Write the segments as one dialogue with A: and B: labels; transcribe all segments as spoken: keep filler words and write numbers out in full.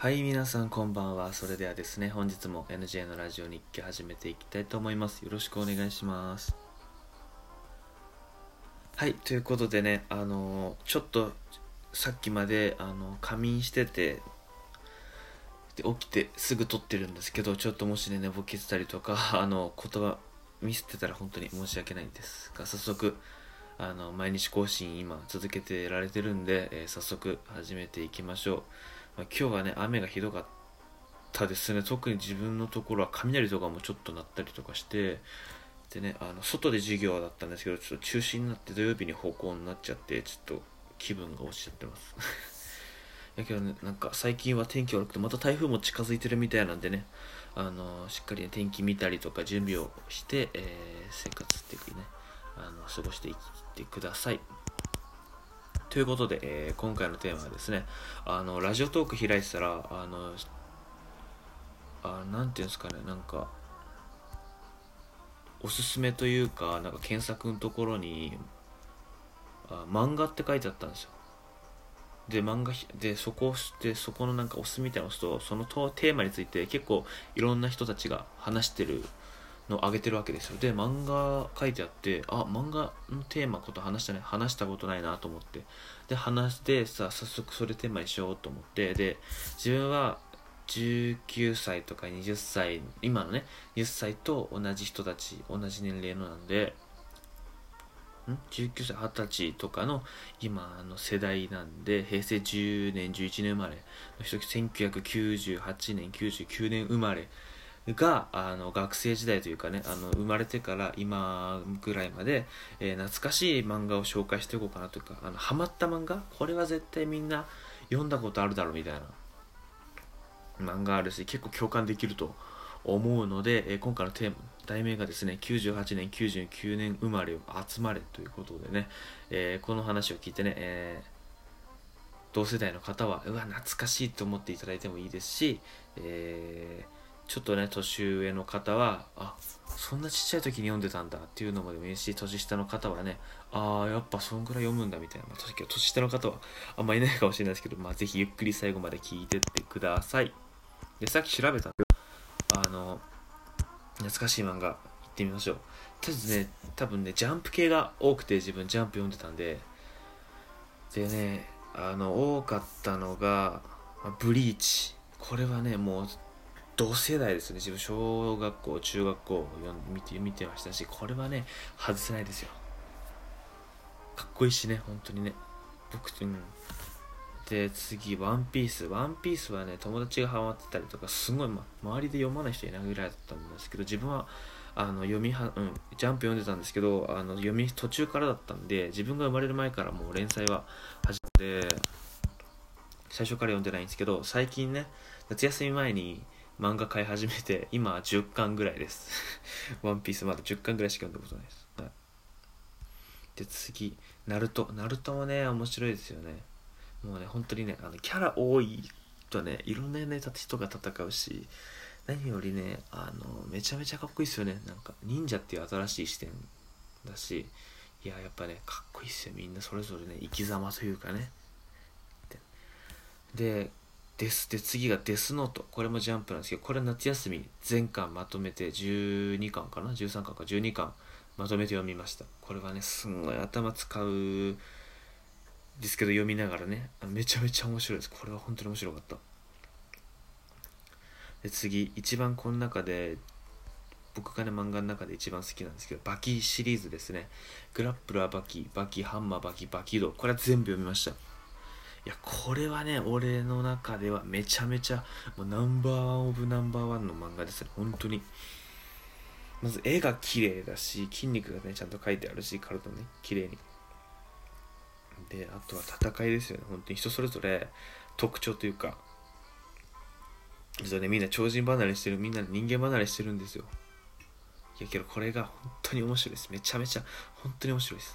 A: はい、皆さんこんばんは。それではですね、本日も エヌジェー のラジオ日記始めていきたいと思います。よろしくお願いします。はい、ということでね、あのーちょっとさっきまであの仮眠してて、で起きてすぐ撮ってるんですけど、ちょっともしね寝ぼけてたりとかあの言葉ミスってたら本当に申し訳ないんですが、早速あの毎日更新今続けてられてるんで、えー早速始めていきましょう。まあ、今日はね雨がひどかったですね。特に自分のところは雷とかもちょっと鳴ったりとかして、でね、あの外で授業だったんですけど、ちょっと中止になって土曜日に方向になっちゃって、ちょっと気分が落ちちゃってますだけどね、なんか最近は天気悪くてまた台風も近づいてるみたいなんでね、あのしっかり、ね、天気見たりとか準備をして、えー、生活っていうかね、あの過ごしていってください。ということで、えー今回のテーマはですね、あのラジオトーク開いてたら、あのあなんていうんですかね、なんかおすすめというか、なんか検索のところにあ漫画って書いてあったんですよ。で漫画でそこをしてそこのなんかおすすめみたいなのを押すと、そのテーマについて結構いろんな人たちが話してるのを上げてるわけですよ。で漫画書いてあって、あ漫画のテーマこと話したね話したことないなと思って、で話してさ早速それテーマにしようと思って、で自分はじゅうきゅうさいとかはたち、今のねはたちと同じ人たち、同じ年齢のなんで、んじゅうきゅうさいはたちとかの今の世代なんで、平成じゅうねんじゅういちねん生まれの人、せんきゅうひゃくきゅうじゅうはちねんきゅうじゅうきゅうねん生まれがあの学生時代というかね、あの生まれてから今ぐらいまで、えー懐かしい漫画を紹介していこうかなというか、あのハマった漫画、これは絶対みんな読んだことあるだろうみたいな漫画あるし、結構共感できると思うので、えー今回のテーマ題名がですね、きゅうじゅうはちねんきゅうじゅうきゅうねん生まれを集まれということでね、えーこの話を聞いてね、えー同世代の方はうわ懐かしいと思っていただいてもいいですし、えーちょっとね年上の方はあそんなちっちゃい時に読んでたんだっていうのもでもいいし、年下の方はね、ああやっぱそんぐらい読むんだみたいな、まあ、年年下の方はあんまいないかもしれないですけど、まあ、ぜひゆっくり最後まで聞いてってください。でさっき調べたんで、あの懐かしい漫画行ってみましょう。とりあえずね、多分ねジャンプ系が多くて、自分ジャンプ読んでたんで、でねあの多かったのが、まあブリーチ。これはねもう同世代ですね。自分小学校中学校読ん見て見てましたし、これはね外せないですよ。かっこいいしね、本当にね。僕うんで次ワンピース。ワンピースはね友達がハマってたりとか、すごい、ま、周りで読まない人いないぐらいだったんですけど、自分はあの読みは、うん、ジャンプ読んでたんですけど、あの読み途中からだったんで、自分が生まれる前からもう連載は始まって、最初から読んでないんですけど、最近ね夏休み前に漫画買い始めて、今はじゅっかんぐらいですワンピースまだじゅっかんぐらいしか読んだことないです、はい、で次ナルト。ナルトもね面白いですよね。もうね本当にね、あのキャラ多いとね、いろんなね人が戦うし、何よりねあのめちゃめちゃかっこいいですよね。なんか忍者っていう新しい視点だし、いややっぱねかっこいいっすよ。みんなそれぞれね生き様というかね。でデスで次がデスノート。これもジャンプなんですけど、これ夏休み全巻まとめてじゅうにかんかな、じゅうさんかんかじゅうにかんまとめて読みました。これはねすんごい頭使うですけど、読みながらねめちゃめちゃ面白いです。これは本当に面白かった。で次一番この中で僕がね漫画の中で一番好きなんですけど、バキシリーズですね。グラップラーバキ、バキハンマーバキ、バキド、これは全部読みました。いやこれはね俺の中ではめちゃめちゃもうナンバーワンオブナンバーワンの漫画ですね。本当にまず絵が綺麗だし、筋肉がねちゃんと描いてあるし、体もね綺麗に。であとは戦いですよね。本当に人それぞれ特徴というか、実はねみんな超人離れしてる、みんな人間離れしてるんですよ。いやけどこれが本当に面白いです。めちゃめちゃ本当に面白いです。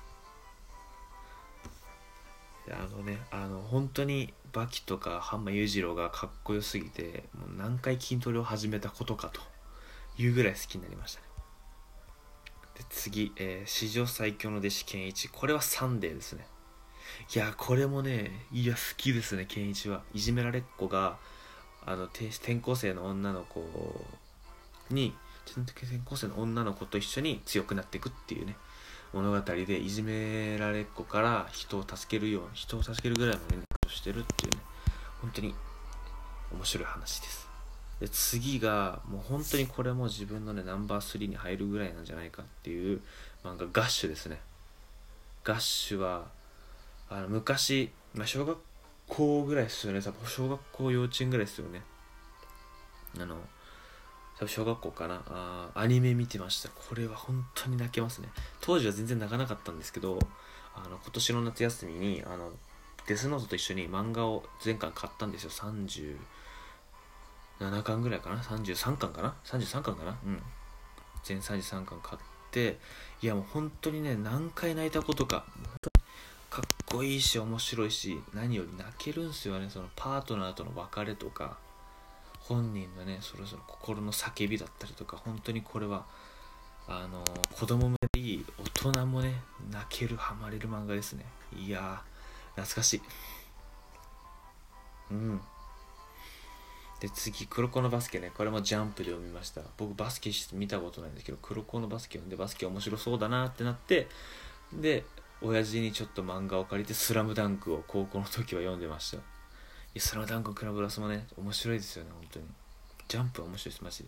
A: であのねあの本当にバキとかハンマ裕次郎がかっこよすぎて、もう何回筋トレを始めたことかというぐらい好きになりましたね。で次、えー史上最強の弟子ケンイチ。これはサンデーですね。いやこれもねいや好きですね。ケンイチはいじめられっ子があの転転校生の女の子に転校生の女の子と一緒に強くなっていくっていうね物語で、いじめられっ子から人を助けるよう人を助けるぐらいまでねしてるっていうね、本当に面白い話です。で次がもう本当にこれも自分のねナンバースリーに入るぐらいなんじゃないかっていう漫画、ガッシュですね。ガッシュはあの昔、まあ、小学校ぐらいですよね、多分小学校幼稚園ぐらいですよね。あの多分小学校かな、あアニメ見てました。これは本当に泣けますね。当時は全然泣かなかったんですけど、あの今年の夏休みにあのデスノートと一緒に漫画を全巻買ったんですよ。さんじゅうななかんぐらいかな、さんじゅうさんかんかな、さんじゅうさんかんかな、うん、全さんじゅうさんかん買って、いやもう本当にね何回泣いたことか。かっこいいし面白いし、何より泣けるんすよね。そのパートナーとの別れとか、本人のねそろそろ心の叫びだったりとか、本当にこれはあのー、子供もいい大人もね泣けるハマれる漫画ですね。いやー懐かしい。うんで次、黒子のバスケね。これもジャンプで読みました。僕バスケ見たことないんですけど、黒子のバスケ読んで、バスケ面白そうだなってなって、で親父にちょっと漫画を借りてスラムダンクを高校の時は読んでました。いやスラムダンククラブラスもね面白いですよね。本当にジャンプは面白いですマジ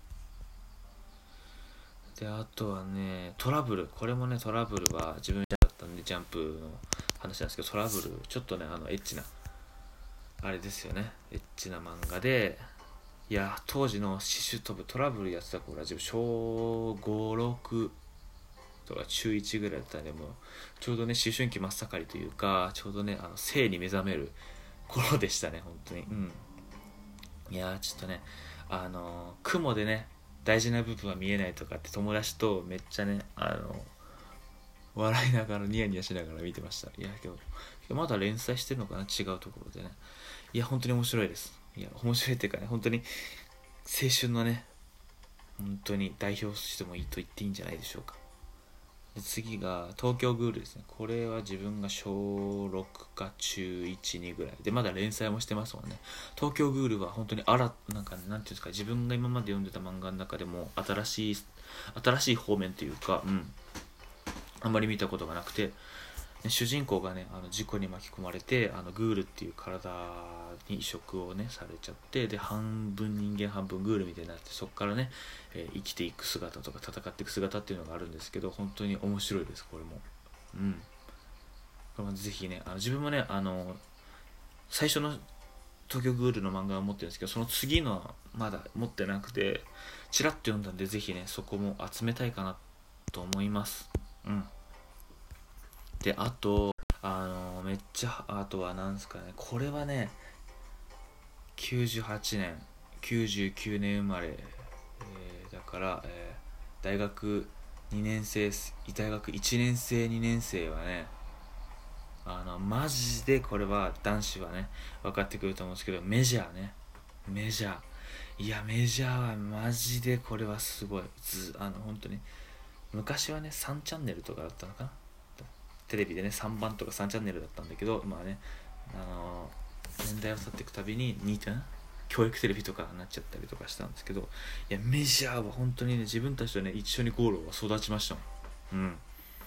A: で。であとはねトラブル、これもねトラブルは自分だったんでジャンプの話なんですけど、トラブルちょっとねあのエッチなあれですよね、エッチな漫画で、いや当時の刺繍飛ぶトラブルやってた頃は自分小ごろくとか中いちぐらいだったんで、もうちょうどね思春期真っ盛りというか、ちょうどねあの性に目覚める頃でしたね本当に。うんいやーちょっとねあのー、雲でね大事な部分は見えないとかって友達とめっちゃねあのー、笑いながらニヤニヤしながら見てました。いやけどまだ連載してるのかな、違うところでね。いや本当に面白いです。いや面白いっていうかね、本当に青春のね本当に代表してもいいと言っていいんじゃないでしょうか。で次が東京グールですね。これは自分が小ろくか中いち、にぐらいでまだ連載もしてますもんね。東京グールは本当にあらなんかなんていうんですか、自分が今まで読んでた漫画の中でも新しい新しい方面というか、うんあんまり見たことがなくて、主人公がねあの事故に巻き込まれて、あのグールっていう体に移植をねされちゃって、で半分人間半分グールみたいになって、そこからね、えー、生きていく姿とか戦っていく姿っていうのがあるんですけど、本当に面白いですこれも。うんこれもぜひね、あの自分もねあの最初の東京グールの漫画を持ってるんですけど、その次のはまだ持ってなくてチラッと読んだんで、ぜひねそこも集めたいかなと思います。うんであとあのめっちゃあとはなんすかね、これはねきゅうじゅうはちねんきゅうじゅうきゅうねん生まれ、えー、だから、えー、大学にねん生大学いちねん生にねん生はねあのマジでこれは男子はね分かってくると思うんですけど、メジャーねメジャーいやメジャーはマジでこれはすごいずあの本当に昔はねさんチャンネルとかだったのかな、テレビでねさんばんとかさんチャンネルだったんだけど、まあねあのー、年代を去っていくたびににてん教育テレビとかになっちゃったりとかしたんですけど、いやメジャーは本当にね自分たちとね一緒にゴールを育ちましたもん。うん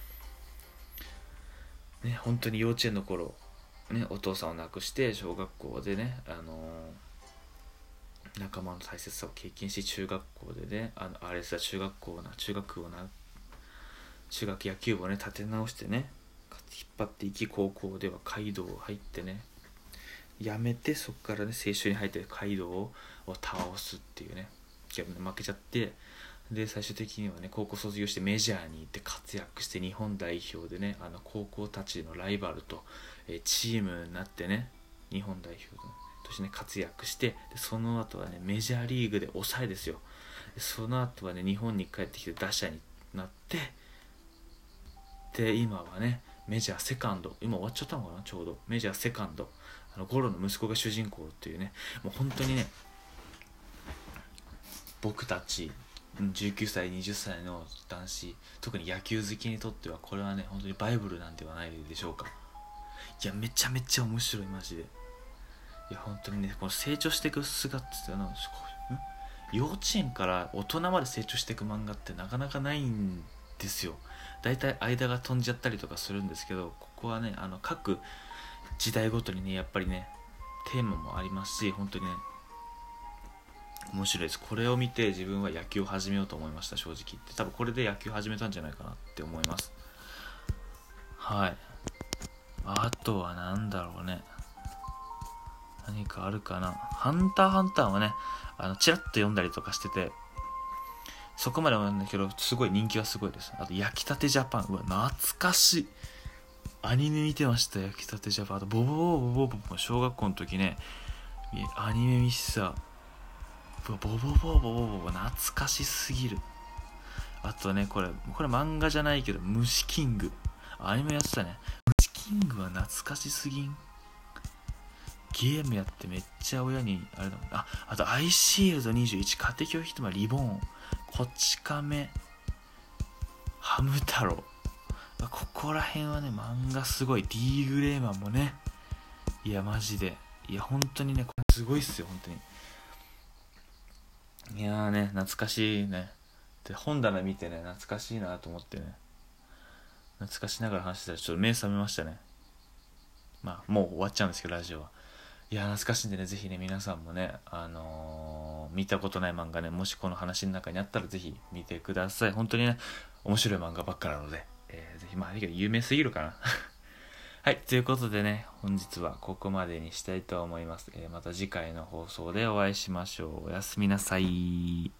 A: ね本当に幼稚園の頃ねお父さんを亡くして小学校でねあのー、仲間の大切さを経験し、中学校でねあのあれさ中学校な中学をな中学野球部をね立て直してね引っ張っていき、高校では街道を入ってねやめて、そこからね青春に入って街道を倒すっていうね、負けちゃって、で最終的にはね高校卒業してメジャーに行って活躍して日本代表でねあの高校たちのライバルと、えー、チームになってね日本代表としてね活躍して、でその後はねメジャーリーグで抑えですよ。でその後はね日本に帰ってきて打者になって、で今はねメジャーセカンド、今終わっちゃったのかな、ちょうどメジャーセカンド、あのゴロの息子が主人公っていうね、もう本当にね僕たちじゅうきゅうさいはたちの男子、特に野球好きにとってはこれはね本当にバイブルなんではないでしょうか。いやめちゃめちゃ面白いマジで。 いや本当にね、この成長していく姿ってなんですか、幼稚園から大人まで成長していく漫画ってなかなかないんですよ。だいたい間が飛んじゃったりとかするんですけど、ここはね、あの各時代ごとにねやっぱりねテーマもありますし、本当にね面白いです。これを見て自分は野球を始めようと思いました。正直言って多分これで野球始めたんじゃないかなって思います。はい。あとはなんだろうね、何かあるかな。ハンターハンターはね、あのチラッと読んだりとかしてて、そこまではなんだけどすごい人気はすごいです。あと焼きたてジャパン、うわ懐かしい、アニメ見てました。焼きたてジャパン。あとボボボボボボボボ、小学校の時ねアニメ見てた。ボボボボボボボボ、懐かしすぎる。あとね、これこれ漫画じゃないけど虫キング、アニメやってたね。虫キングは懐かしすぎん。ゲームやってめっちゃ親にあれだもん。あ、あとアイシールドにじゅういち、家庭教師とリボン、こち亀、ハム太郎、ここら辺はね漫画すごい。 D グレーマンもね、いやマジで、いや本当にねすごいっすよ本当に。いやーね懐かしいね。で本棚見てね懐かしいなと思ってね、懐かしながら話してたらちょっと目覚めましたね。まあもう終わっちゃうんですけどラジオは。いや懐かしいんでね、ぜひね皆さんもね、あのー、見たことない漫画ね、もしこの話の中にあったらぜひ見てください。本当にね面白い漫画ばっかなので、えー、ぜひ、まあ有名すぎるかなはい、ということでね本日はここまでにしたいと思います。えー、また次回の放送でお会いしましょう。おやすみなさい。